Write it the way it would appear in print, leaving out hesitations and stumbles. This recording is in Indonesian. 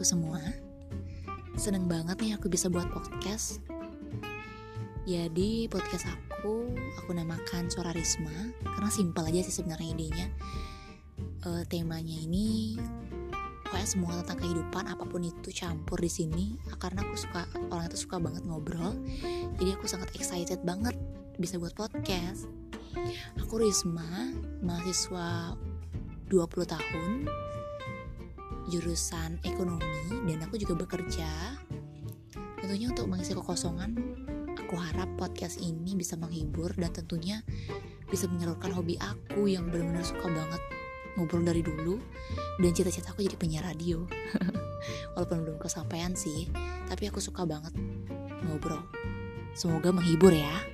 teman-temanku semua. Seneng banget nih aku bisa buat podcast. Jadi podcast aku namakan Suara Risma karena simpel aja sih sebenarnya idenya. Temanya ini pokoknya semua tentang kehidupan, apapun itu campur di sini. Karena aku orang itu suka banget ngobrol. Jadi aku sangat excited banget bisa buat podcast. Aku Risma, mahasiswa 20 tahun, jurusan ekonomi, dan aku juga bekerja. Tentunya untuk mengisi kekosongan, aku harap podcast ini bisa menghibur dan tentunya bisa menyalurkan hobi aku yang benar-benar suka banget ngobrol dari dulu, dan cita-cita aku jadi penyiar radio. Walaupun belum kesampaian sih, tapi aku suka banget ngobrol. Semoga menghibur ya.